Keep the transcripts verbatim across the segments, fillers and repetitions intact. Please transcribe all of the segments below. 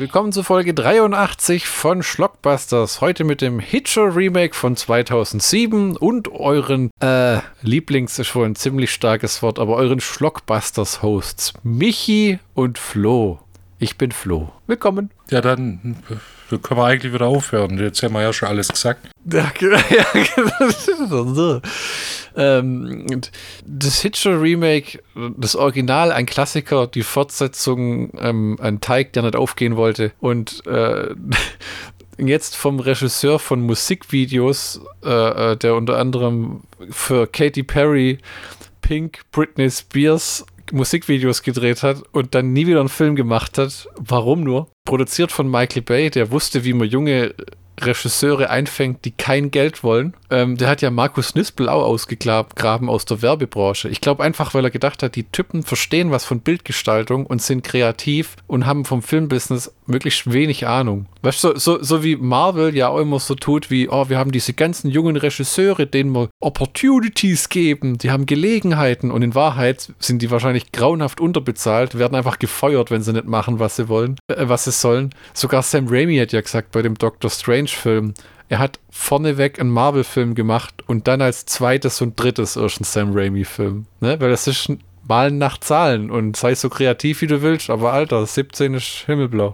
willkommen zu Folge dreiundachtzig von Schlockbusters. Heute mit dem Hitcher Remake von zweitausendsieben und euren äh, Lieblings, ist wohl ein ziemlich starkes Wort, aber euren Schlockbusters Hosts Michi und Flo. Ich bin Flo. Willkommen. Ja, dann können wir eigentlich wieder aufhören. Jetzt haben wir ja schon alles gesagt. Ja, ja, ähm, das Hitcher Remake, das Original, ein Klassiker, die Fortsetzung, ähm, ein Teig, der nicht aufgehen wollte. Und äh, jetzt vom Regisseur von Musikvideos, äh, der unter anderem für Katy Perry, Pink, Britney Spears Musikvideos gedreht hat und dann nie wieder einen Film gemacht hat. Warum nur? Produziert von Michael Bay, der wusste, wie man junge Regisseure einfängt, die kein Geld wollen. Ähm, der hat ja Markus Nispel auch ausgegraben aus der Werbebranche. Ich glaube einfach, weil er gedacht hat, die Typen verstehen was von Bildgestaltung und sind kreativ und haben vom Filmbusiness möglichst wenig Ahnung. Weißt du, so, so, so wie Marvel ja auch immer so tut, wie, oh, wir haben diese ganzen jungen Regisseure, denen wir Opportunities geben, die haben Gelegenheiten und in Wahrheit sind die wahrscheinlich grauenhaft unterbezahlt, werden einfach gefeuert, wenn sie nicht machen, was sie wollen, äh, was sie sollen. Sogar Sam Raimi hat ja gesagt, bei dem Doctor Strange Film. Er hat vorneweg einen Marvel-Film gemacht und dann als zweites und drittes erst einen Sam Raimi-Film. Ne? Weil das ist Malen nach Zahlen und sei so kreativ, wie du willst, aber Alter, siebzehn ist himmelblau.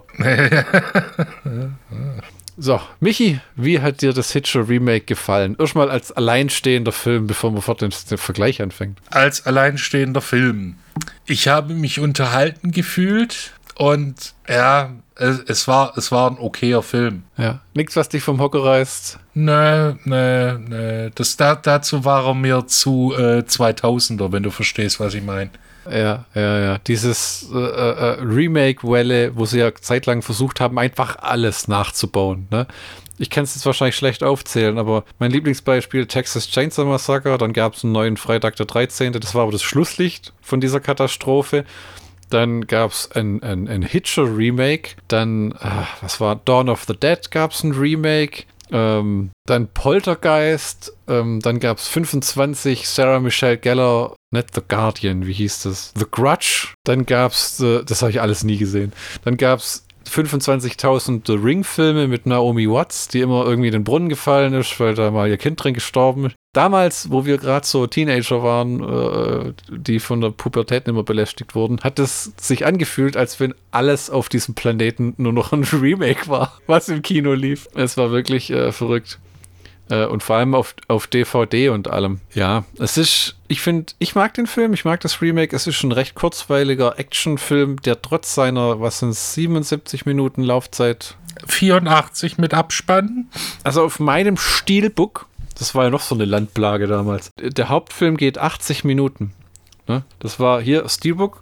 So, Michi, wie hat dir das Hitcher Remake gefallen? Erstmal als alleinstehender Film, bevor man fort den, den Vergleich anfängt. Als alleinstehender Film. Ich habe mich unterhalten gefühlt und ja, es, es war es war ein okayer Film. Ja, nichts, was dich vom Hocker reißt? Nee, nee, nee. Das, da, dazu war er mir zu äh, zweitausender, wenn du verstehst, was ich meine. Ja, ja, ja. Dieses äh, äh, Remake-Welle, wo sie ja zeitlang versucht haben, einfach alles nachzubauen. Ne? Ich kann es jetzt wahrscheinlich schlecht aufzählen, aber mein Lieblingsbeispiel Texas Chainsaw Massacre, dann gab es einen neuen Freitag der dreizehnte Das war aber das Schlusslicht von dieser Katastrophe. Dann gab es ein, ein, ein Hitcher-Remake. Dann, äh, was war, Dawn of the Dead gab es ein Remake. Ähm, dann Poltergeist. Ähm, dann gab es fünfundzwanzig Sarah Michelle Gellar, nicht The Guardian, wie hieß das? The Grudge. Dann gab es, äh, das habe ich alles nie gesehen. Dann gab es fünfundzwanzigtausend The Ring-Filme mit Naomi Watts, die immer irgendwie in den Brunnen gefallen ist, weil da mal ihr Kind drin gestorben ist. Damals, wo wir gerade so Teenager waren, äh, die von der Pubertät nicht mehr belästigt wurden, hat es sich angefühlt, als wenn alles auf diesem Planeten nur noch ein Remake war, was im Kino lief. Es war wirklich äh, verrückt. Äh, und vor allem auf, auf D V D und allem. Ja, es ist, ich finde, ich mag den Film, ich mag das Remake. Es ist ein recht kurzweiliger Actionfilm, der trotz seiner, was sind siebenundsiebzig Minuten Laufzeit? vierundachtzig mit Abspann. Also auf meinem Steelbook, das war ja noch so eine Landplage damals. Der Hauptfilm geht achtzig Minuten. Ne? Das war hier Steelbook.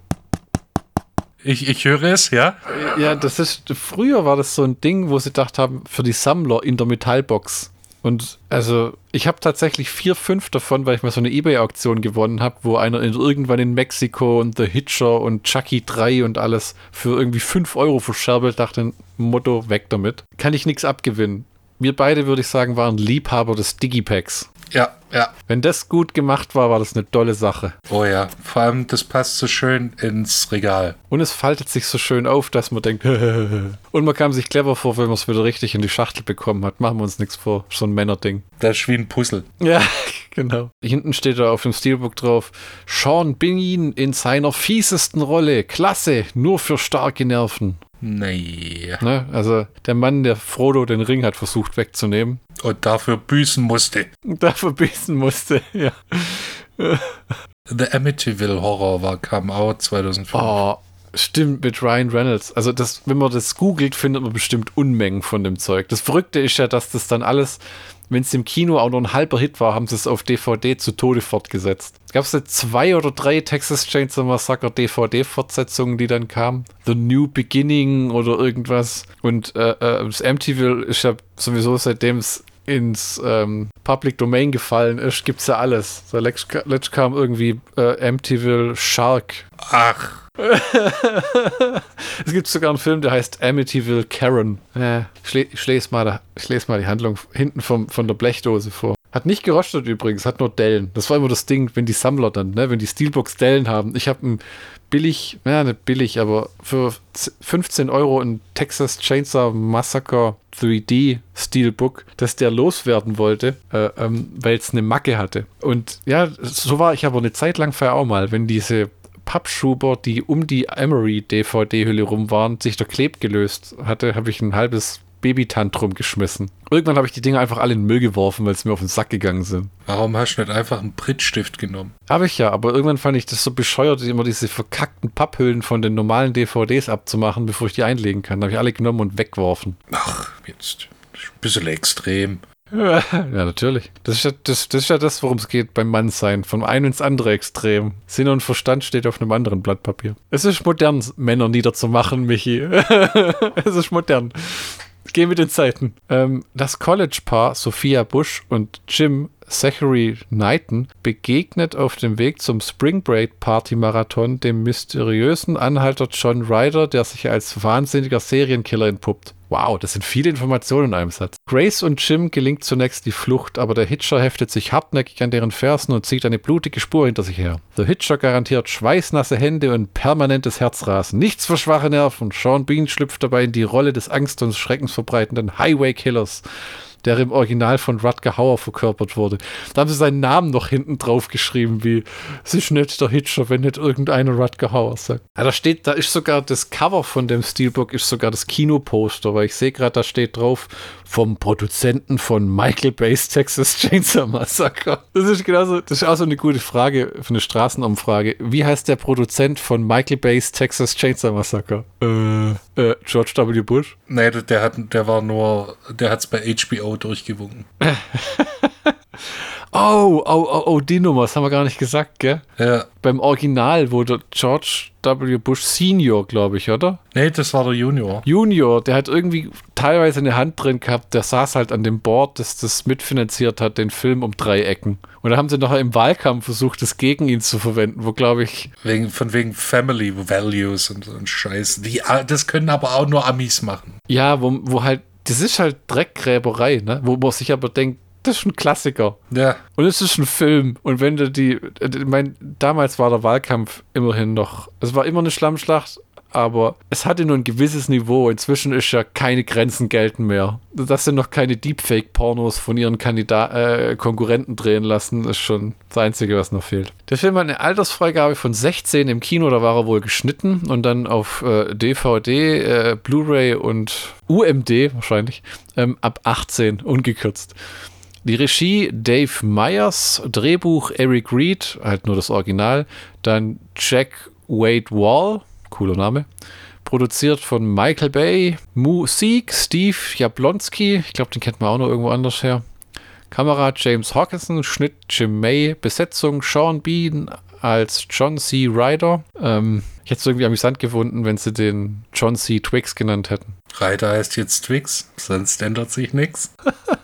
Ich, ich höre es, ja. Ja, das ist, früher war das so ein Ding, wo sie gedacht haben, für die Sammler in der Metallbox. Und also, ich habe tatsächlich vier, fünf davon, weil ich mal so eine eBay-Auktion gewonnen habe, wo einer in, irgendwann in Mexiko und The Hitcher und Chucky drei und alles für irgendwie fünf Euro verscherbelt, dachte, Motto, weg damit. Kann ich nichts abgewinnen. Wir beide, würde ich sagen, waren Liebhaber des Digipacks. Ja, ja. Wenn das gut gemacht war, war das eine tolle Sache. Oh ja, vor allem, das passt so schön ins Regal. Und es faltet sich so schön auf, dass man denkt, und man kam sich clever vor, wenn man es wieder richtig in die Schachtel bekommen hat. Machen wir uns nichts vor, so ein Männerding. Das ist wie ein Puzzle. Ja, genau. Hinten steht da auf dem Steelbook drauf, Sean Bean in seiner fiesesten Rolle. Klasse, nur für starke Nerven. Nee. Ne? Also der Mann, der Frodo den Ring hat versucht wegzunehmen. Und dafür büßen musste. Dafür büßen musste, ja. The Amityville Horror war, kam out zweitausendfünf. Oh, stimmt, mit Ryan Reynolds. Also das, wenn man das googelt, findet man bestimmt Unmengen von dem Zeug. Das Verrückte ist ja, dass das dann alles, wenn es im Kino auch noch ein halber Hit war, haben sie es auf D V D zu Tode fortgesetzt. Gab es da zwei oder drei Texas Chainsaw Massacre D V D-Fortsetzungen, die dann kamen? The New Beginning oder irgendwas. Und äh, äh, das Amityville ist ja sowieso, seitdem es ins ähm, Public Domain gefallen ist, gibt's ja alles. So, letzt kam irgendwie äh, Amityville Shark. Ach. Es gibt sogar einen Film, der heißt Amityville Karen. Ja, ich, schle- ich, lese mal da, ich lese mal die Handlung hinten vom, von der Blechdose vor. Hat nicht gerostet übrigens, hat nur Dellen. Das war immer das Ding, wenn die Sammler dann, ne, wenn die Steelbooks Dellen haben. Ich habe ein billig, ja, nicht billig, aber für fünfzehn Euro ein Texas Chainsaw Massacre drei D Steelbook, das der loswerden wollte, äh, ähm, weil es eine Macke hatte. Und ja, so war ich aber eine Zeit lang vorher auch mal, wenn diese Pappschuber, die um die Emery-D V D-Hülle rum waren, sich der Kleb gelöst hatte, habe ich ein halbes Baby-Tantrum geschmissen. Irgendwann habe ich die Dinger einfach alle in den Müll geworfen, weil es mir auf den Sack gegangen sind. Warum hast du nicht einfach einen Prittstift genommen? Habe ich ja, aber irgendwann fand ich das so bescheuert, immer diese verkackten Papphüllen von den normalen D V Ds abzumachen, bevor ich die einlegen kann. Da habe ich alle genommen und weggeworfen. Ach, jetzt ein bisschen extrem. Ja, natürlich. Das ist ja das, das, ist ja das, worum es geht beim Mannsein. Vom einen ins andere Extrem. Sinn und Verstand steht auf einem anderen Blatt Papier. Es ist modern, Männer niederzumachen, Michi. Es ist modern. Geh mit den Zeiten. Ähm, das College-Paar Sophia Bush und Jim Zachary Knighton begegnet auf dem Weg zum Spring Break Party Marathon dem mysteriösen Anhalter John Ryder, der sich als wahnsinniger Serienkiller entpuppt. Wow, das sind viele Informationen in einem Satz. Grace und Jim gelingt zunächst die Flucht, aber der Hitcher heftet sich hartnäckig an deren Fersen und zieht eine blutige Spur hinter sich her. Der Hitcher garantiert schweißnasse Hände und permanentes Herzrasen. Nichts für schwache Nerven. Sean Bean schlüpft dabei in die Rolle des Angst- und Schreckensverbreitenden Highway-Killers, der im Original von Rutger Hauer verkörpert wurde. Da haben sie seinen Namen noch hinten drauf geschrieben, wie es ist nicht der Hitcher, wenn nicht irgendeiner Rutger Hauer sagt. Ja, da steht, da ist sogar das Cover von dem Steelbook, ist sogar das Kinoposter, weil ich sehe gerade, da steht drauf, vom Produzenten von Michael Bay's Texas Chainsaw Massacre. Das ist genauso, das ist auch so eine gute Frage für eine Straßenumfrage. Wie heißt der Produzent von Michael Bay's Texas Chainsaw Massacre? Äh, äh, George W. Bush? Nee, der hat, der war nur, der hat's bei H B O durchgewunken. Oh, oh, oh, oh, die Nummer, das haben wir gar nicht gesagt, gell? Ja. Beim Original wurde George W. Bush Senior, glaube ich, oder? Nee, das war der Junior. Junior, der hat irgendwie teilweise eine Hand drin gehabt, der saß halt an dem Board, das das mitfinanziert hat, den Film um drei Ecken. Und da haben sie nachher im Wahlkampf versucht, das gegen ihn zu verwenden, wo, glaube ich... Wegen, von wegen Family Values und so ein Scheiß. Die, das können aber auch nur Amis machen. Ja, wo, wo halt, das ist halt Dreckgräberei, ne? Wo man sich aber denkt, das ist ein Klassiker. Ja. Und es ist ein Film. Und wenn du die, ich meine, damals war der Wahlkampf immerhin noch, es war immer eine Schlammschlacht, aber es hatte nur ein gewisses Niveau. Inzwischen ist ja keine Grenzen gelten mehr. Dass sie noch keine Deepfake-Pornos von ihren Kandida- äh, Konkurrenten drehen lassen, ist schon das Einzige, was noch fehlt. Der Film hat eine Altersfreigabe von sechzehn im Kino, da war er wohl geschnitten und dann auf äh, D V D, äh, Blu-ray und U M D wahrscheinlich ähm, ab achtzehn ungekürzt. Die Regie Dave Meyers, Drehbuch Eric Reed, halt nur das Original, dann Jack Wade Wall, cooler Name, produziert von Michael Bay, Musik Steve Jablonski, ich glaube, den kennt man auch noch irgendwo anders her, Kamera James Hawkinson, Schnitt Jim May, Besetzung Sean Bean als John C. Ryder. Ähm, ich hätte es irgendwie amüsant gefunden, wenn sie den John C. Twix genannt hätten. Ryder heißt jetzt Twix, sonst ändert sich nichts.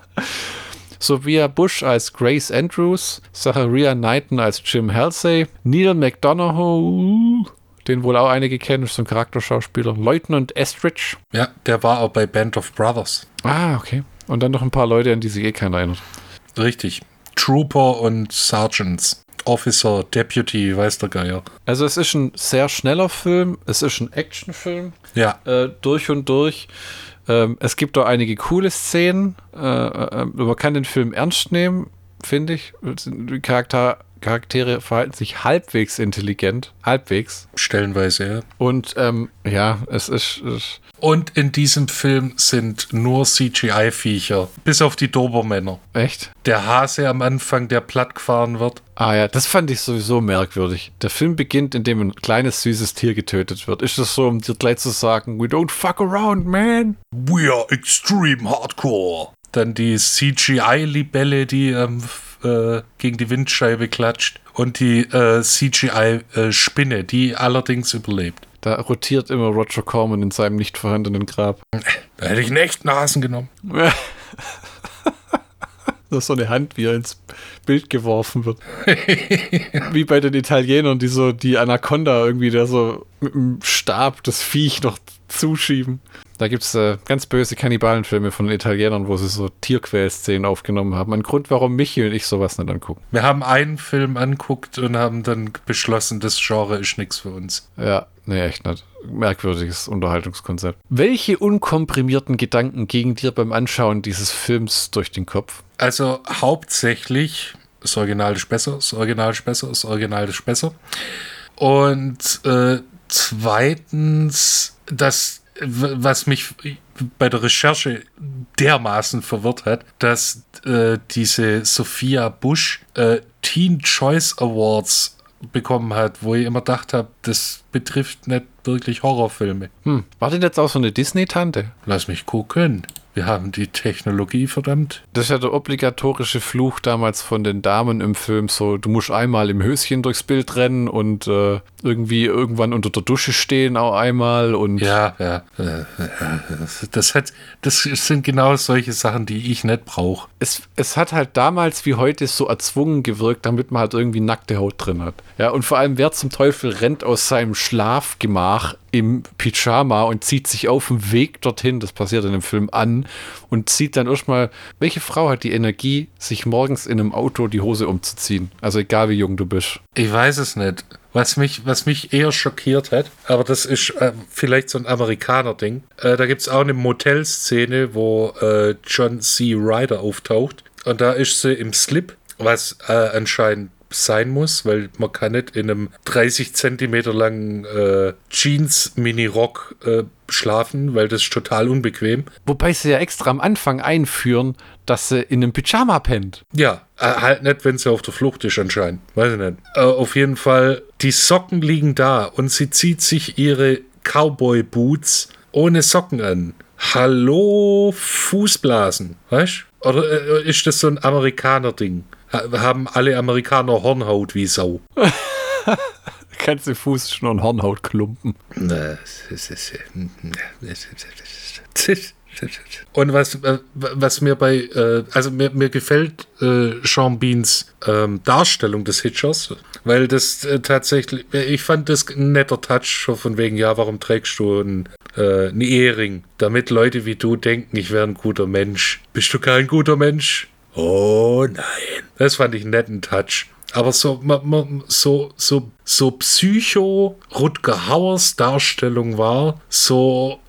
Sophia Bush als Grace Andrews, Zachariah Knighton als Jim Halsey, Neil McDonough, den wohl auch einige kennen, ist so ein Charakterschauspieler, Lieutenant Estridge. Ja, der war auch bei Band of Brothers. Ah, okay. Und dann noch ein paar Leute, an die sich eh keiner erinnert. Richtig. Trooper und Sergeants. Officer, Deputy, weiß der Geier. Also es ist ein sehr schneller Film, es ist ein Actionfilm. Ja. Äh, durch und durch. Ähm, es gibt auch einige coole Szenen. Äh, äh, man kann den Film ernst nehmen, finde ich. Die Charakter, Charaktere verhalten sich halbwegs intelligent. Halbwegs. Stellenweise, ja. Und ähm, ja, es ist, es Und in diesem Film sind nur C G I-Viecher. Bis auf die Dobermänner. Echt? Der Hase am Anfang, der platt gefahren wird. Ah ja, das fand ich sowieso merkwürdig. Der Film beginnt, indem ein kleines, süßes Tier getötet wird. Ist das so, um dir gleich zu sagen, we don't fuck around, man? We are extreme hardcore. Dann die C G I-Libelle, die ähm, äh, gegen die Windscheibe klatscht. Und die äh, C G I-Spinne, die allerdings überlebt. Da rotiert immer Roger Corman in seinem nicht vorhandenen Grab. Da hätte ich einen echten Hasen genommen. Das ist so eine Hand, wie er ins Bild geworfen wird. Wie bei den Italienern, die so die Anaconda irgendwie, der so mit dem Stab das Viech noch zuschieben. Da gibt es äh, ganz böse Kannibalenfilme von den Italienern, wo sie so Tierquälszenen aufgenommen haben. Ein Grund, warum Michi und ich sowas nicht angucken. Wir haben einen Film anguckt und haben dann beschlossen, das Genre ist nichts für uns. Ja, nee, echt nicht. Merkwürdiges Unterhaltungskonzept. Welche unkomprimierten Gedanken gingen dir beim Anschauen dieses Films durch den Kopf? Also hauptsächlich, das Original ist besser, das Original ist besser, das Original ist besser. Und äh, zweitens, das was mich bei der Recherche dermaßen verwirrt hat, dass äh, diese Sophia Bush äh, Teen Choice Awards bekommen hat, wo ich immer gedacht habe, das betrifft nicht wirklich Horrorfilme. Hm, war denn jetzt auch so eine Disney-Tante? Lass mich gucken. Wir haben die Technologie, verdammt. Das ist ja der obligatorische Fluch damals von den Damen im Film, so du musst einmal im Höschen durchs Bild rennen und äh, irgendwie irgendwann unter der Dusche stehen auch einmal und... Ja, ja. Das, hat, das sind genau solche Sachen, die ich nicht brauche. Es, es hat halt damals wie heute so erzwungen gewirkt, damit man halt irgendwie nackte Haut drin hat. Ja, und vor allem, wer zum Teufel rennt aus seinem Schlafgemach im Pyjama und zieht sich auf dem Weg dorthin, das passiert in dem Film, an und zieht dann erstmal, welche Frau hat die Energie, sich morgens in einem Auto die Hose umzuziehen? Also egal wie jung du bist. Ich weiß es nicht. Was mich, was mich eher schockiert hat, aber das ist äh, vielleicht so ein Amerikaner-Ding. Äh, da gibt es auch eine Motelszene, wo äh, John C. Reilly auftaucht und da ist sie im Slip, was äh, anscheinend sein muss, weil man kann nicht in einem dreißig Zentimeter langen äh, Jeans-Mini-Rock äh, schlafen, weil das ist total unbequem. Wobei sie ja extra am Anfang einführen, dass sie in einem Pyjama pennt. Ja, äh, halt nicht, wenn sie auf der Flucht ist anscheinend. Weiß ich nicht. Äh, auf jeden Fall, die Socken liegen da und sie zieht sich ihre Cowboy-Boots ohne Socken an. Hallo, Fußblasen, weißt du? Oder äh, ist das so ein Amerikaner-Ding? Haben alle Amerikaner Hornhaut wie Sau? Kannst du Fuß schon an Hornhaut klumpen. Und was, was mir bei, also mir, mir gefällt äh, Sean Beans ähm, Darstellung des Hitchers, weil das äh, tatsächlich, ich fand das ein netter Touch, von wegen, ja, warum trägst du einen, äh, einen Ehering? Damit Leute wie du denken, ich wäre ein guter Mensch. Bist du kein guter Mensch? Oh nein. Das fand ich einen netten Touch. Aber so, so, so, so Psycho Rutger Hauers Darstellung war, so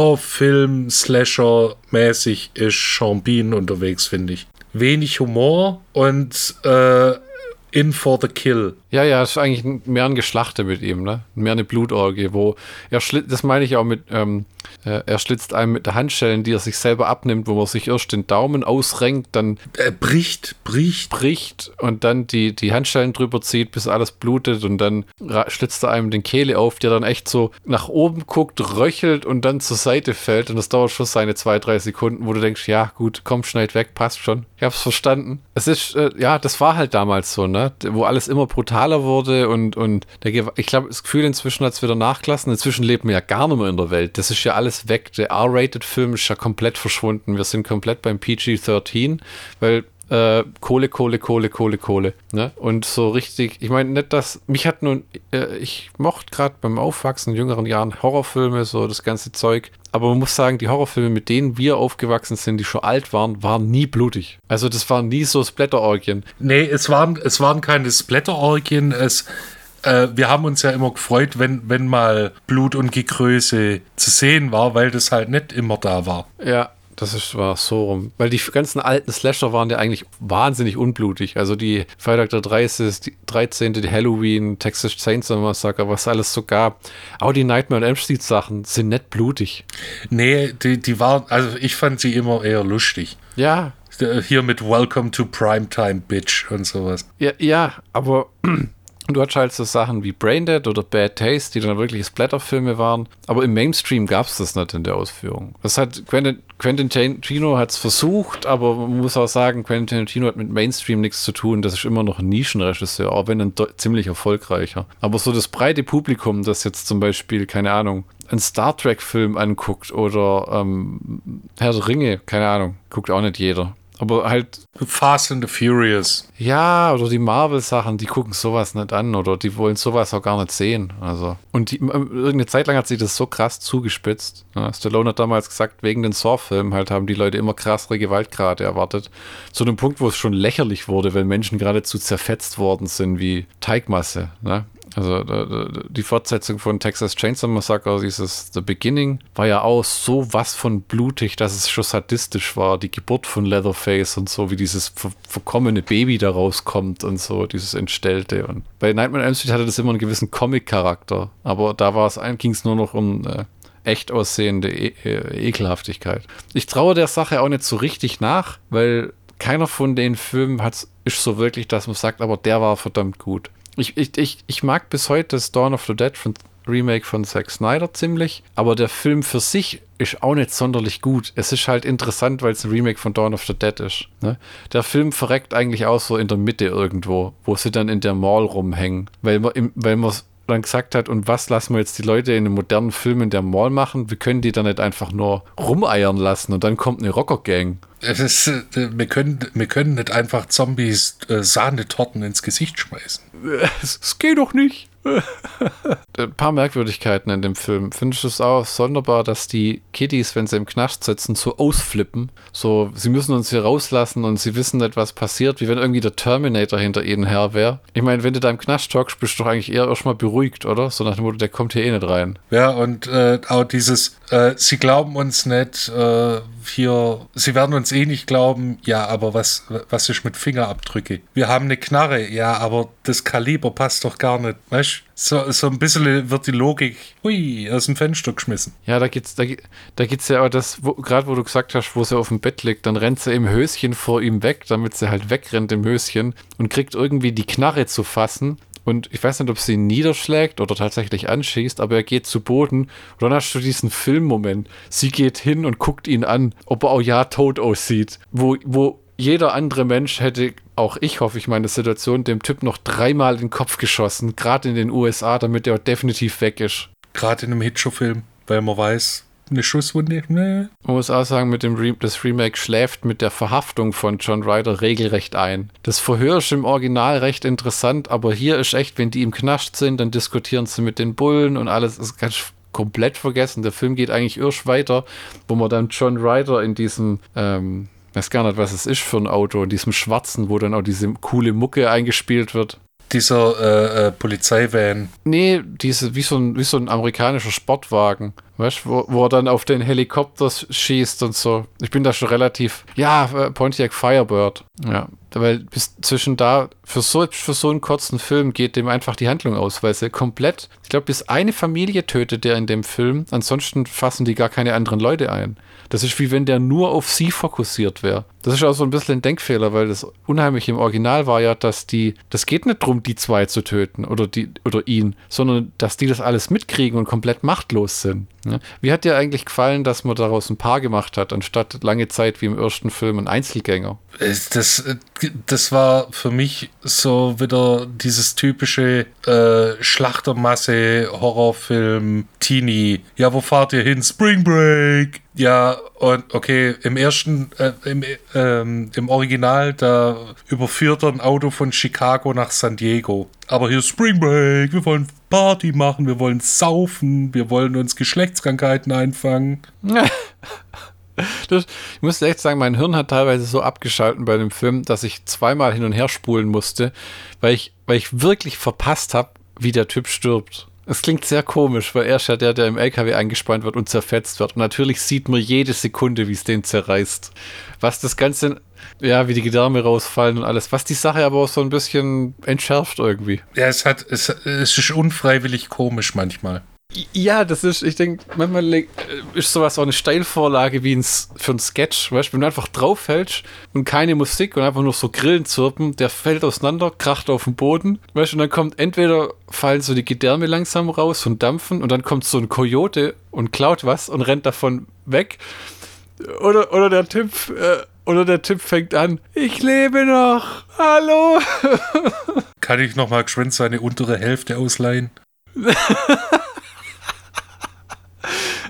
Horrorfilm-Slasher-mäßig ist Sean Bean unterwegs, finde ich. Wenig Humor und äh, in for the kill. Ja, ja, es ist eigentlich mehr ein Geschlachte mit ihm, ne? Mehr eine Blutorgie, wo er schlitzt, das meine ich auch mit, ähm, äh, er schlitzt einem mit der Handschellen, die er sich selber abnimmt, wo man sich erst den Daumen ausrenkt, dann er bricht, bricht. bricht und dann die, die Handschellen drüber zieht, bis alles blutet und dann ra- schlitzt er einem den Kehle auf, der dann echt so nach oben guckt, röchelt und dann zur Seite fällt und das dauert schon seine zwei, drei Sekunden, wo du denkst, ja gut, komm, schneid weg, passt schon. Ich hab's verstanden. Es ist, äh, ja, das war halt damals so, ne? Wo alles immer brutaler wurde und, und der, ich glaube, das Gefühl inzwischen hat es wieder nachgelassen. Inzwischen leben wir ja gar nicht mehr in der Welt. Das ist ja alles weg. Der R-Rated-Film ist ja komplett verschwunden. Wir sind komplett beim P G dreizehn, weil äh, Kohle, Kohle, Kohle, Kohle, Kohle. Ne? Und so richtig, ich meine nicht, dass, mich hat nun, äh, ich mochte gerade beim Aufwachsen in jüngeren Jahren Horrorfilme, so das ganze Zeug. Aber man muss sagen, die Horrorfilme, mit denen wir aufgewachsen sind, die schon alt waren, waren nie blutig. Also das waren nie so Splatter-Orgien. Nee, es waren, es waren keine Splatter-Orgien. Es, äh, wir haben uns ja immer gefreut, wenn, wenn mal Blut und Gekröse zu sehen war, weil das halt nicht immer da war. Ja, das ist, war so rum. Weil die ganzen alten Slasher waren ja eigentlich wahnsinnig unblutig. Also die Freitag der dreizehnte, die Halloween, Texas Chainsaw Massacre, was alles so gab. Auch die Nightmare on Elm Street Sachen sind nicht blutig. Nee, die, die waren, also ich fand sie immer eher lustig. Ja. Hier mit Welcome to Primetime, Bitch und sowas. Ja, ja, aber du hattest halt so Sachen wie Braindead oder Bad Taste, die dann wirklich Splatterfilme waren. Aber im Mainstream gab es das nicht in der Ausführung. Das hat Quentin, Quentin Tarantino hat es versucht, aber man muss auch sagen, Quentin Tarantino hat mit Mainstream nichts zu tun. Das ist immer noch ein Nischenregisseur, auch wenn ein do- ziemlich erfolgreicher. Aber so das breite Publikum, das jetzt zum Beispiel, keine Ahnung, einen Star Trek-Film anguckt oder ähm, Herr der Ringe, keine Ahnung, guckt auch nicht jeder. Aber halt... Fast and the Furious. Ja, oder die Marvel-Sachen, die gucken sowas nicht an oder die wollen sowas auch gar nicht sehen. Also. Und die, irgendeine Zeit lang hat sich das so krass zugespitzt. Ja, Stallone hat damals gesagt, wegen den Saw-Filmen halt haben die Leute immer krassere Gewaltgrade erwartet. Zu einem Punkt, wo es schon lächerlich wurde, weil Menschen geradezu zerfetzt worden sind wie Teigmasse. Ne? Also die Fortsetzung von Texas Chainsaw Massacre, dieses The Beginning, war ja auch so was von blutig, dass es schon sadistisch war. Die Geburt von Leatherface und so, wie dieses ver- verkommene Baby da rauskommt und so, dieses Entstellte. Und bei Nightmare on Elm Street hatte das immer einen gewissen Comic-Charakter, aber da war es ging es nur noch um äh, echt aussehende e- e- Ekelhaftigkeit. Ich traue der Sache auch nicht so richtig nach, weil keiner von den Filmen hat's, ist so wirklich, dass man sagt, aber der war verdammt gut. Ich, ich, ich, ich mag bis heute das Dawn of the Dead von Remake von Zack Snyder ziemlich, aber der Film für sich ist auch nicht sonderlich gut. Es ist halt interessant, weil es ein Remake von Dawn of the Dead ist. Ne? Der Film verreckt eigentlich auch so in der Mitte irgendwo, wo sie dann in der Mall rumhängen, weil man im, weil man dann gesagt hat, und was lassen wir jetzt die Leute in einem modernen Film in der Mall machen? Wir können die dann nicht einfach nur rumeiern lassen und dann kommt eine Rocker-Gang. Es ist, wir, können, wir können nicht einfach Zombies äh, Sahnetorten ins Gesicht schmeißen. Es, es geht doch nicht. Ein paar Merkwürdigkeiten in dem Film. Findest du es auch sonderbar, dass die Kiddies, wenn sie im Knast sitzen, so ausflippen? So, sie müssen uns hier rauslassen und sie wissen nicht, was passiert, wie wenn irgendwie der Terminator hinter ihnen her wäre. Ich meine, wenn du da im Knast talkst, bist du doch eigentlich eher erstmal beruhigt, oder? So nach dem Motto, der kommt hier eh nicht rein. Ja, und äh, auch dieses, äh, sie glauben uns nicht, äh, hier, sie werden uns eh nicht glauben, ja, aber was, was ist mit Fingerabdrücke? Wir haben eine Knarre, ja, aber das Kaliber passt doch gar nicht, weißt du? So, so ein bisschen wird die Logik, hui, aus dem Fenster geschmissen. Ja, da geht's, da, da geht's ja auch das, gerade wo du gesagt hast, wo sie auf dem Bett liegt, dann rennt sie im Höschen vor ihm weg, damit sie halt wegrennt im Höschen und kriegt irgendwie die Knarre zu fassen. Und ich weiß nicht, ob sie ihn niederschlägt oder tatsächlich anschießt, aber er geht zu Boden. Und dann hast du diesen Filmmoment. Sie geht hin und guckt ihn an, ob er auch ja tot aussieht. Wo, wo jeder andere Mensch hätte, auch ich hoffe ich meine Situation, dem Typ noch dreimal in den Kopf geschossen, gerade in den U S A, damit er definitiv weg ist. Gerade in einem Hitcho-Film, weil man weiß, eine Schusswunde, ne? Man muss auch sagen, mit dem Re- das Remake schläft mit der Verhaftung von John Ryder regelrecht ein. Das Verhör ist im Original recht interessant, aber hier ist echt, wenn die im Knast sind, dann diskutieren sie mit den Bullen und alles ist ganz komplett vergessen. Der Film geht eigentlich erst weiter, wo man dann John Ryder in diesem, ähm, weiß gar nicht, was es ist für ein Auto, in diesem schwarzen, wo dann auch diese coole Mucke eingespielt wird. Dieser äh, äh, Polizeivan. Nee, diese, wie so ein, wie so ein amerikanischer Sportwagen, weißt du, wo, wo er dann auf den Helikopter schießt und so. Ich bin da schon relativ, ja, Pontiac Firebird, ja, weil bis zwischen da, für so, für so einen kurzen Film geht dem einfach die Handlung aus, weil sie komplett, ich glaube, bis eine Familie tötet der in dem Film, ansonsten fassen die gar keine anderen Leute ein. Das ist wie wenn der nur auf sie fokussiert wäre. Das ist auch so ein bisschen ein Denkfehler, weil das Unheimliche im Original war ja, dass die, das geht nicht darum, die zwei zu töten oder die oder ihn, sondern dass die das alles mitkriegen und komplett machtlos sind. Ja? Wie hat dir eigentlich gefallen, dass man daraus ein Paar gemacht hat, anstatt lange Zeit wie im ersten Film ein Einzelgänger? Das, das war für mich so wieder dieses typische äh, Schlachtermasse-Horrorfilm Teenie. Ja, wo fahrt ihr hin? Spring Break! Ja, und okay, im ersten, äh, im, ähm, im Original, da überführt er ein Auto von Chicago nach San Diego. Aber hier Spring Break, wir wollen Party machen, wir wollen saufen, wir wollen uns Geschlechtskrankheiten einfangen. Das, ich muss echt sagen, mein Hirn hat teilweise so abgeschalten bei dem Film, dass ich zweimal hin und her spulen musste, weil ich, weil ich wirklich verpasst habe, wie der Typ stirbt. Es klingt sehr komisch, weil er ist ja der, der im L K W eingespannt wird und zerfetzt wird. Und natürlich sieht man jede Sekunde, wie es den zerreißt. Was das Ganze, ja, wie die Gedärme rausfallen und alles. Was die Sache aber auch so ein bisschen entschärft irgendwie. Ja, es hat, es, es ist unfreiwillig komisch manchmal. Ja, das ist, ich denke, manchmal ist sowas auch eine Steilvorlage wie ein, für einen Sketch, weißt du, wenn du einfach draufhältst und keine Musik und einfach nur so Grillen zirpen, der fällt auseinander, kracht auf den Boden, weißt du, und dann kommt entweder fallen so die Gedärme langsam raus und dampfen und dann kommt so ein Kojote und klaut was und rennt davon weg oder, oder der Typ, äh, oder der Typ fängt an, ich lebe noch, hallo. Kann ich nochmal geschwind seine untere Hälfte ausleihen?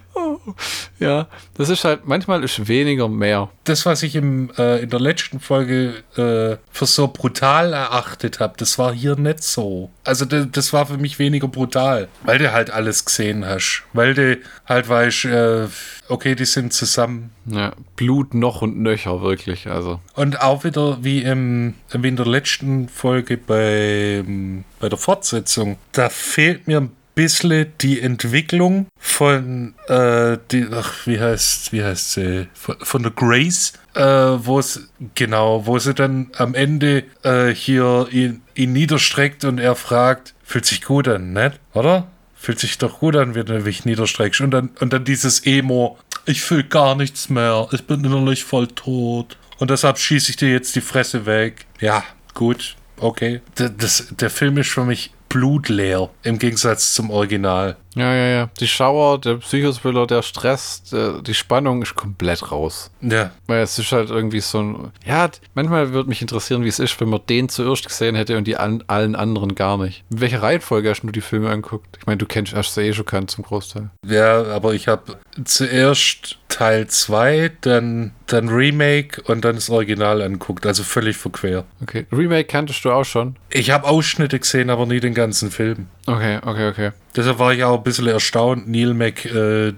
Ja, das ist halt, manchmal ist weniger mehr. Das, was ich im, äh, in der letzten Folge äh, für so brutal erachtet habe, das war hier nicht so. Also das, das war für mich weniger brutal, weil du halt alles gesehen hast. Weil du halt weißt, äh, okay, die sind zusammen. Ja, Blut noch und nöcher, wirklich, also. Und auch wieder wie, im, wie in der letzten Folge bei, bei der Fortsetzung, da fehlt mir ein bisschen die Entwicklung von äh, die, ach, wie heißt wie heißt sie von, von der Grace, äh, wo es genau, wo sie dann am Ende äh, hier ihn, ihn niederstreckt und er fragt, fühlt sich gut an, nicht? Oder? Fühlt sich doch gut an, wenn du mich niederstreckst. Und dann, und dann dieses Emo, ich fühle gar nichts mehr, ich bin innerlich voll tot. Und deshalb schieße ich dir jetzt die Fresse weg. Ja, gut, okay. D- das, der Film ist für mich blutleer, im Gegensatz zum Original. Ja, ja, ja. Die Schauer, der Psychothriller, der Stress, der, die Spannung ist komplett raus. Ja. Weil es ist halt irgendwie so ein... Ja, manchmal würde mich interessieren, wie es ist, wenn man den zuerst gesehen hätte und die an, allen anderen gar nicht. In welcher Reihenfolge hast du die Filme angeguckt? Ich meine, du kennst, hast sie eh schon kannt zum Großteil. Ja, aber ich habe zuerst Teil zwei, dann, dann Remake und dann das Original angeguckt. Also völlig verquer. Okay. Remake kanntest du auch schon? Ich habe Ausschnitte gesehen, aber nie den ganzen Film. Okay, okay, okay. Deshalb war ich auch ein bisschen erstaunt, Neil McDonough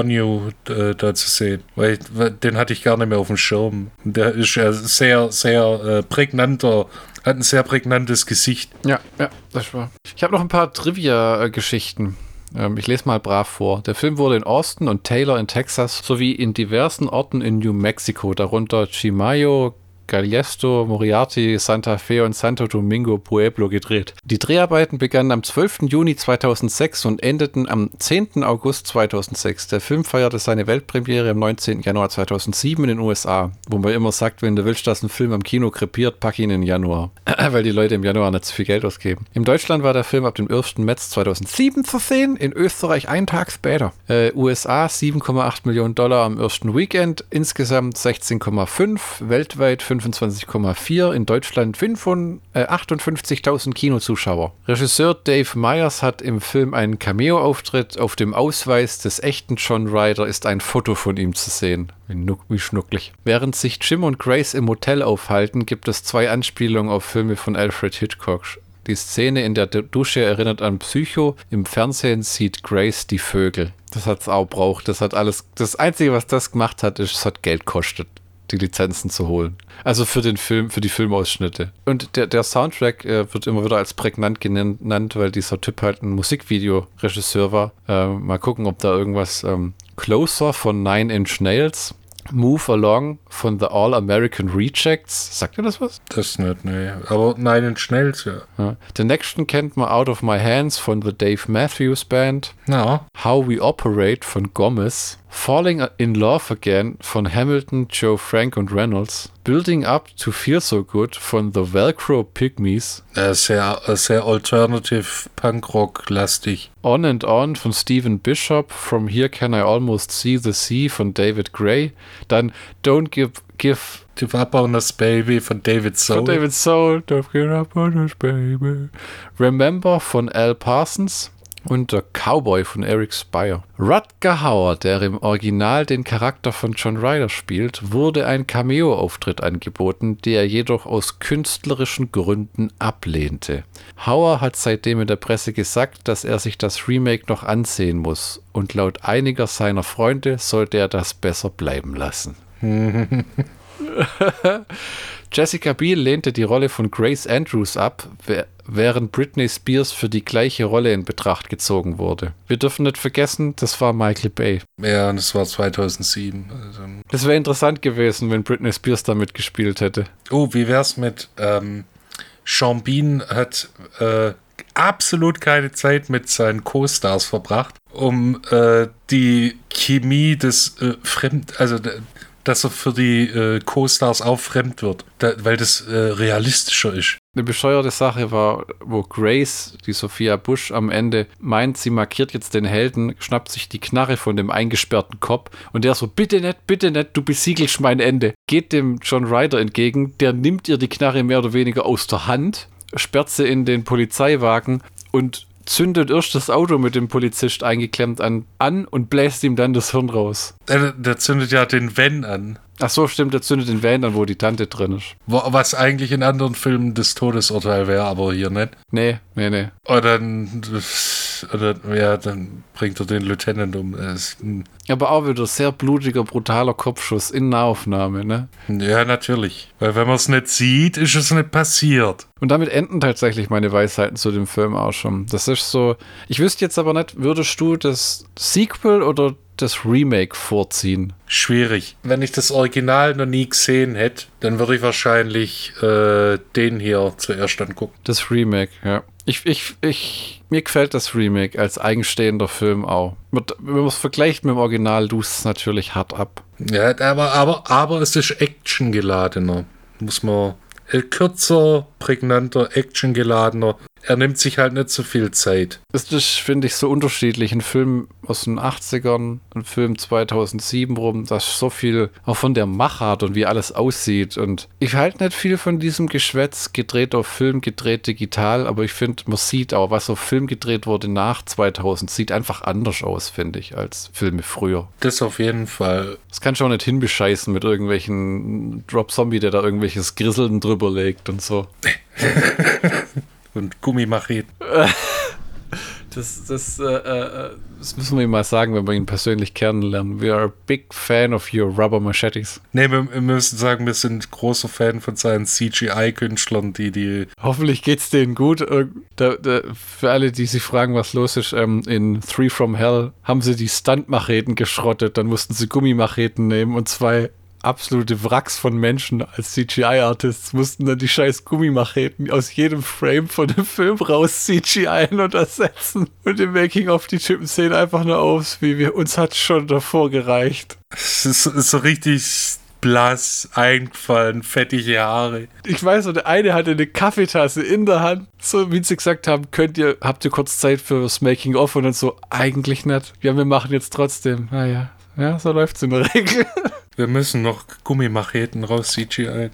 äh, da zu sehen. Weil, weil den hatte ich gar nicht mehr auf dem Schirm. Der ist ja sehr, sehr äh, prägnanter, hat ein sehr prägnantes Gesicht. Ja, ja, das war. Ich habe noch ein paar Trivia-Geschichten. Ähm, ich lese mal brav vor. Der Film wurde in Austin und Taylor in Texas sowie in diversen Orten in New Mexico, darunter Chimayo, Gallesto, Moriarty, Santa Fe und Santo Domingo Pueblo gedreht. Die Dreharbeiten begannen am zwölften Juni zweitausendsechs und endeten am zehnten August zweitausendsechs. Der Film feierte seine Weltpremiere am neunzehnten Januar zweitausendsieben in den U S A, wo man immer sagt, wenn du willst, dass ein Film am Kino krepiert, pack ihn in Januar, weil die Leute im Januar nicht so viel Geld ausgeben. In Deutschland war der Film ab dem ersten März zweitausendsieben zu sehen, in Österreich einen Tag später. Äh, U S A sieben Komma acht Millionen Dollar am ersten Weekend, insgesamt sechzehn Komma fünf, weltweit fünfundzwanzig Komma vier, in Deutschland achtundfünfzigtausend Kinozuschauer. Regisseur Dave Meyers hat im Film einen Cameo-Auftritt. Auf dem Ausweis des echten John Ryder ist ein Foto von ihm zu sehen. Wie, nuck, wie schnucklig. Während sich Jim und Grace im Motel aufhalten, gibt es zwei Anspielungen auf Filme von Alfred Hitchcock. Die Szene in der Dusche erinnert an Psycho. Im Fernsehen sieht Grace die Vögel. Das hat es auch braucht. Das hat alles. Das Einzige, was das gemacht hat, ist, es hat Geld gekostet, die Lizenzen zu holen. Also für den Film, für die Filmausschnitte. Und der, der Soundtrack äh, wird immer wieder als prägnant genannt, weil dieser Typ halt ein Musikvideoregisseur war. Äh, mal gucken, ob da irgendwas ähm, Closer von Nine Inch Nails, Move Along von The All American Rejects. Sagt ihr das was? Das nicht, nee. Aber Nine Inch Nails, ja. ja. Den nächsten kennt man Out of My Hands von The Dave Matthews Band. Ja. How We Operate von Gomez. Falling in Love Again von Hamilton, Joe Frank und Reynolds. Building Up to Feel So Good von The Velcro Pygmies. Äh, sehr, sehr alternative Punkrock-lastig. On and On von Stephen Bishop. From Here Can I Almost See the Sea von David Gray. Dann Don't Give... give Give Up on Us Baby von David Soul. Von David Soul. Don't Give Up on Us Baby. Remember von Al Parsons. Und der Cowboy von Eric Spire. Rutger Hauer, der im Original den Charakter von John Ryder spielt, wurde ein Cameo-Auftritt angeboten, der er jedoch aus künstlerischen Gründen ablehnte. Hauer hat seitdem in der Presse gesagt, dass er sich das Remake noch ansehen muss und laut einiger seiner Freunde sollte er das besser bleiben lassen. Jessica Biel lehnte die Rolle von Grace Andrews ab, während Britney Spears für die gleiche Rolle in Betracht gezogen wurde. Wir dürfen nicht vergessen, das war Michael Bay. Ja, das war zweitausendsieben. Also. Das wäre interessant gewesen, wenn Britney Spears da mitgespielt hätte. Oh, wie wär's mit ähm, Sean Bean hat äh, absolut keine Zeit mit seinen Co-Stars verbracht, um äh, die Chemie des äh, Fremd... also dass er für die äh, Co-Stars auch fremd wird, da, weil das äh, realistischer ist. Eine bescheuerte Sache war, wo Grace, die Sophia Bush, am Ende meint, sie markiert jetzt den Helden, schnappt sich die Knarre von dem eingesperrten Cop und der so, bitte nicht, bitte nicht, du besiegelst mein Ende. Geht dem John Ryder entgegen, der nimmt ihr die Knarre mehr oder weniger aus der Hand, sperrt sie in den Polizeiwagen und zündet erst das Auto mit dem Polizist eingeklemmt an, an und bläst ihm dann das Hirn raus. Der, der zündet ja den Van an. Ach so, stimmt, der zündet den Van an, wo die Tante drin ist. Wo, was eigentlich in anderen Filmen das Todesurteil wäre, aber hier nicht. Nee, nee, nee. Und dann, oder, ja, dann bringt er den Lieutenant um. Das, aber auch wieder sehr blutiger, brutaler Kopfschuss in Nahaufnahme, ne? Ja, natürlich. Weil wenn man es nicht sieht, ist es nicht passiert. Und damit enden tatsächlich meine Weisheiten zu dem Film auch schon. Das ist so, ich wüsste jetzt aber nicht, würdest du das Sequel oder das Remake vorziehen? Schwierig. Wenn ich das Original noch nie gesehen hätte, dann würde ich wahrscheinlich äh, den hier zuerst angucken. Das Remake, ja. Ich, ich, ich, mir gefällt das Remake als eigenstehender Film auch. Mit, wenn man es vergleicht mit dem Original, tust es natürlich hart ab. Ja, aber, aber, aber es ist actiongeladener. Muss man äh, kürzer, prägnanter, actiongeladener. Er nimmt sich halt nicht so viel Zeit. Das ist, finde ich, so unterschiedlich. Ein Film aus den achtzigern, ein Film zweitausendsieben rum, das ist so viel auch von der Machart und wie alles aussieht. Und ich halte nicht viel von diesem Geschwätz, gedreht auf Film, gedreht digital, aber ich finde, man sieht auch, was auf Film gedreht wurde nach zweitausend, sieht einfach anders aus, finde ich, als Filme früher. Das auf jeden Fall. Das kannst du auch nicht hinbescheißen mit irgendwelchen Rob Zombie, der da irgendwelches Grisseln drüber legt und so. Und Gummimacheten. Das, das, äh, äh, das müssen wir ihm mal sagen, wenn wir ihn persönlich kennenlernen. We are a big fan of your rubber machetes. Nee, wir, wir müssen sagen, wir sind großer Fan von seinen C G I-Künstlern, die die... Hoffentlich geht's denen gut. Da, da, für alle, die sich fragen, was los ist, ähm, in Three from Hell haben sie die Stuntmacheten geschrottet. Dann mussten sie Gummimacheten nehmen und zwei absolute Wracks von Menschen als C G I-Artists mussten dann die scheiß Gummimacheten aus jedem Frame von dem Film raus C G I und ersetzen. Und im Making-of die Typen sehen einfach nur aus, wie wir uns hat schon davor gereicht. Es ist, ist so richtig blass, eingefallen, fettige Haare. Ich weiß, und der eine hatte eine Kaffeetasse in der Hand, so wie sie gesagt haben, könnt ihr, habt ihr kurz Zeit für das Making-of? Und dann so, eigentlich nicht. Ja, wir machen jetzt trotzdem. Naja, ja, so läuft's in der Regel. Wir müssen noch Gummimacheten raus C G I.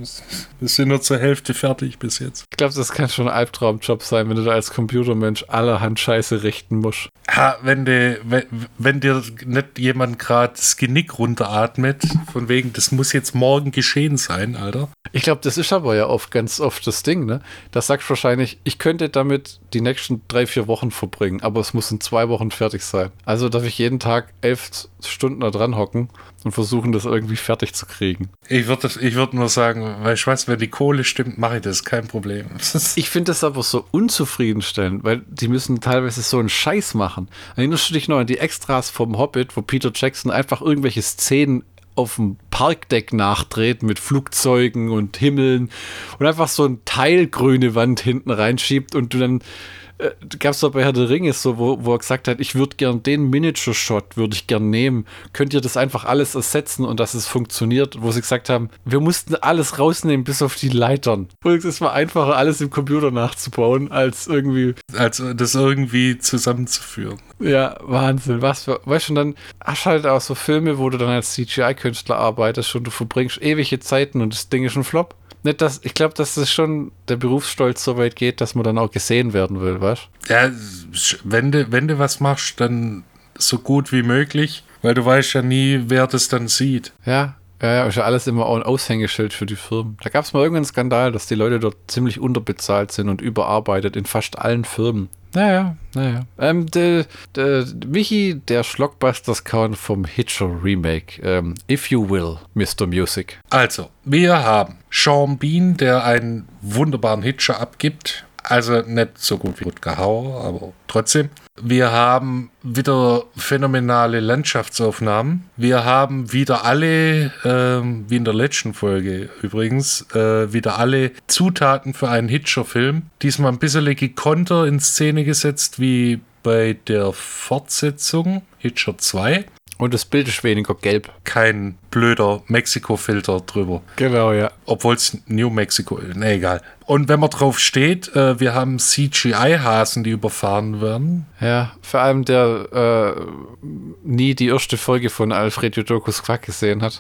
Wir sind nur zur Hälfte fertig bis jetzt. Ich glaube, das kann schon ein Albtraumjob sein, wenn du da als Computermensch allerhand Scheiße richten musst. Ha, wenn, de, wenn, wenn dir nicht jemand gerade das Genick runteratmet, von wegen, das muss jetzt morgen geschehen sein, Alter. Ich glaube, das ist aber ja oft ganz oft das Ding, ne? Das sagst wahrscheinlich, ich könnte damit die nächsten drei, vier Wochen verbringen, aber es muss in zwei Wochen fertig sein. Also darf ich jeden Tag elf Stunden da dran hocken und versuchen, das irgendwie fertig zu kriegen. Ich würde ich würd nur sagen, weißt du was, wenn die Kohle stimmt, mache ich das, kein Problem. Ich finde das aber so unzufriedenstellend, weil die müssen teilweise so einen Scheiß machen. Erinnerst du dich noch an die Extras vom Hobbit, wo Peter Jackson einfach irgendwelche Szenen auf dem Parkdeck nachdreht mit Flugzeugen und Himmeln und einfach so ein Teil grüne Wand hinten reinschiebt und du dann äh, gab es doch bei Herr der Ringe so, wo, wo er gesagt hat, ich würde gern den Miniature-Shot, würde ich gern nehmen. Könnt ihr das einfach alles ersetzen und dass es funktioniert? Wo sie gesagt haben, wir mussten alles rausnehmen, bis auf die Leitern. Und es war einfacher, alles im Computer nachzubauen, als irgendwie... Als das irgendwie zusammenzuführen. Ja, Wahnsinn. Was für, weißt du, und dann hast du halt auch so Filme, wo du dann als C G I-Künstler arbeitest und du verbringst ewige Zeiten und das Ding ist ein Flop. Nicht, dass, ich glaube, dass das schon der Berufsstolz so weit geht, dass man dann auch gesehen werden will, weißt du? Ja, wenn du, wenn du was machst, dann so gut wie möglich, weil du weißt ja nie, wer das dann sieht. Ja, ja, ja, ist ja alles immer auch ein Aushängeschild für die Firmen. Da gab es mal irgendeinen Skandal, dass die Leute dort ziemlich unterbezahlt sind und überarbeitet in fast allen Firmen. Naja, naja. Ähm, der, der Michi, der Schlockbusters-Count vom Hitcher Remake. Ähm, if you will, Mister Music. Also, wir haben Sean Bean, der einen wunderbaren Hitcher abgibt. Also nicht so gut wie Rutger Hauer, aber trotzdem. Wir haben wieder phänomenale Landschaftsaufnahmen. Wir haben wieder alle, ähm, wie in der letzten Folge übrigens, äh, wieder alle Zutaten für einen Hitcher-Film. Diesmal ein bisschen gekonter in Szene gesetzt wie bei der Fortsetzung Hitcher zwei. Und das Bild ist weniger gelb. Kein blöder Mexiko-Filter drüber. Genau, ja. Obwohl es New Mexico ist. Ne, egal. Und wenn man drauf steht, äh, wir haben C G I-Hasen, die überfahren werden. Ja, vor allem der äh, nie die erste Folge von Alfred Jodokus Quack gesehen hat.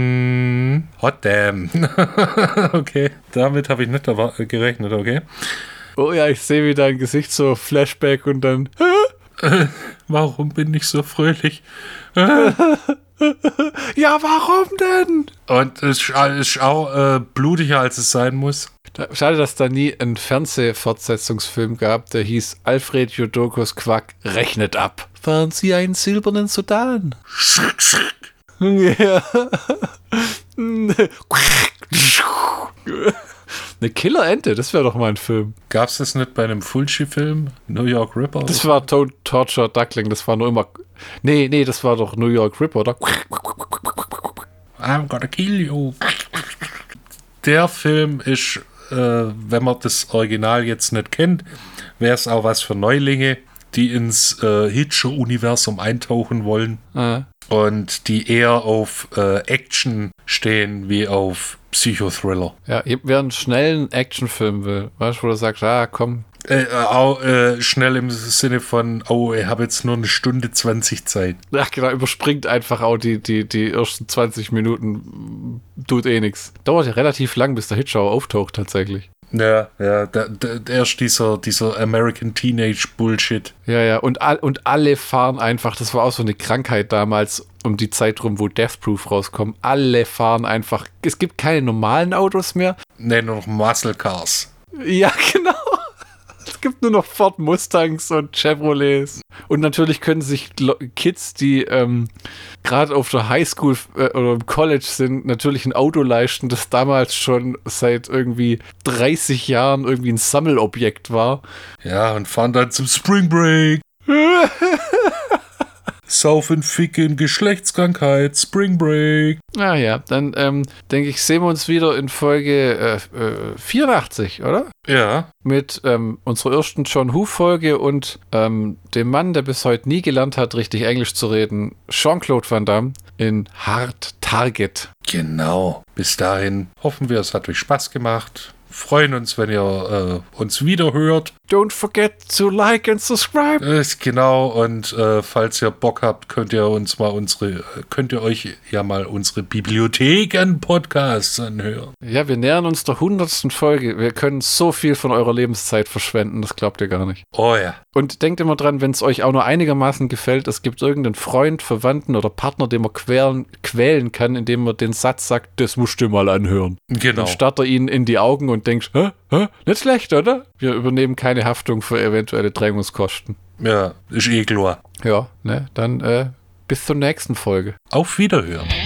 Hm, hot damn. Okay, damit habe ich nicht gerechnet, okay. Oh ja, ich sehe wie dein Gesicht so Flashback und dann Äh, warum bin ich so fröhlich? Äh, ja, warum denn? und es ist, ist auch äh, blutiger, als es sein muss. Schade, dass da nie einen Fernsehfortsetzungsfilm gab, der hieß Alfred Jodorkos Quack rechnet ab. Fahren Sie einen silbernen Sudan? Ja. Eine Killerente, das wäre doch mal ein Film. Gab's das nicht bei einem Fulci-Film? New York Ripper? Das war to- Torture Duckling, das war nur immer... Nee, nee, das war doch New York Ripper, oder? I'm gonna kill you. Der Film ist, äh, wenn man das Original jetzt nicht kennt, wäre es auch was für Neulinge, die ins äh, Hitcher-Universum eintauchen wollen Ah. und die eher auf äh, Action stehen wie auf Psychothriller. Ja, wer einen schnellen Actionfilm will, weißt du, wo du sagst, ah, komm. Äh, auch äh, schnell im Sinne von, oh, ich habe jetzt nur eine Stunde zwanzig Zeit. Ja, genau, überspringt einfach auch die, die, die ersten zwanzig Minuten, tut eh nichts. Dauert ja relativ lang, bis der Hitcher auftaucht tatsächlich. Ja, ja, da, da, erst dieser, dieser American Teenage Bullshit. Ja, ja, und, all, und alle fahren einfach, das war auch so eine Krankheit damals, um die Zeit rum, wo Death Proof rauskommt. Alle fahren einfach, es gibt keine normalen Autos mehr. Ne, nur noch Muscle Cars. Ja, genau. Es gibt nur noch Ford Mustangs und Chevrolets. Und natürlich können sich Kids, die ähm, gerade auf der Highschool äh, oder im College sind, natürlich ein Auto leisten, das damals schon seit irgendwie dreißig Jahren irgendwie ein Sammelobjekt war. Ja, und fahren dann zum Spring Break. Saufen, Ficken, Geschlechtskrankheit, Spring Break. Ah ja, dann ähm, denke ich, sehen wir uns wieder in Folge äh, äh, vierundachtzig, oder? Ja. Mit ähm, unserer ersten John Who-Folge und ähm, dem Mann, der bis heute nie gelernt hat, richtig Englisch zu reden, Jean-Claude Van Damme in Hard Target. Genau. Bis dahin hoffen wir, es hat euch Spaß gemacht. Freuen uns, wenn ihr äh, uns wieder hört. Don't forget to like and subscribe. Ist genau, und äh, falls ihr Bock habt, könnt ihr uns mal unsere, könnt ihr euch ja mal unsere Bibliothek an Podcasts anhören. Ja, wir nähern uns der hundertsten Folge. Wir können so viel von eurer Lebenszeit verschwenden, das glaubt ihr gar nicht. Oh ja. Und denkt immer dran, wenn es euch auch nur einigermaßen gefällt, es gibt irgendeinen Freund, Verwandten oder Partner, den man quälen, quälen kann, indem man den Satz sagt, das musst du mal anhören. Genau. Dann starrt er ihnen in die Augen und denkt, hä, hä, nicht schlecht, oder? Wir übernehmen keine Haftung für eventuelle Drängungskosten. Ja, ist eh klar. Ja, ne, dann äh, bis zur nächsten Folge. Auf Wiederhören.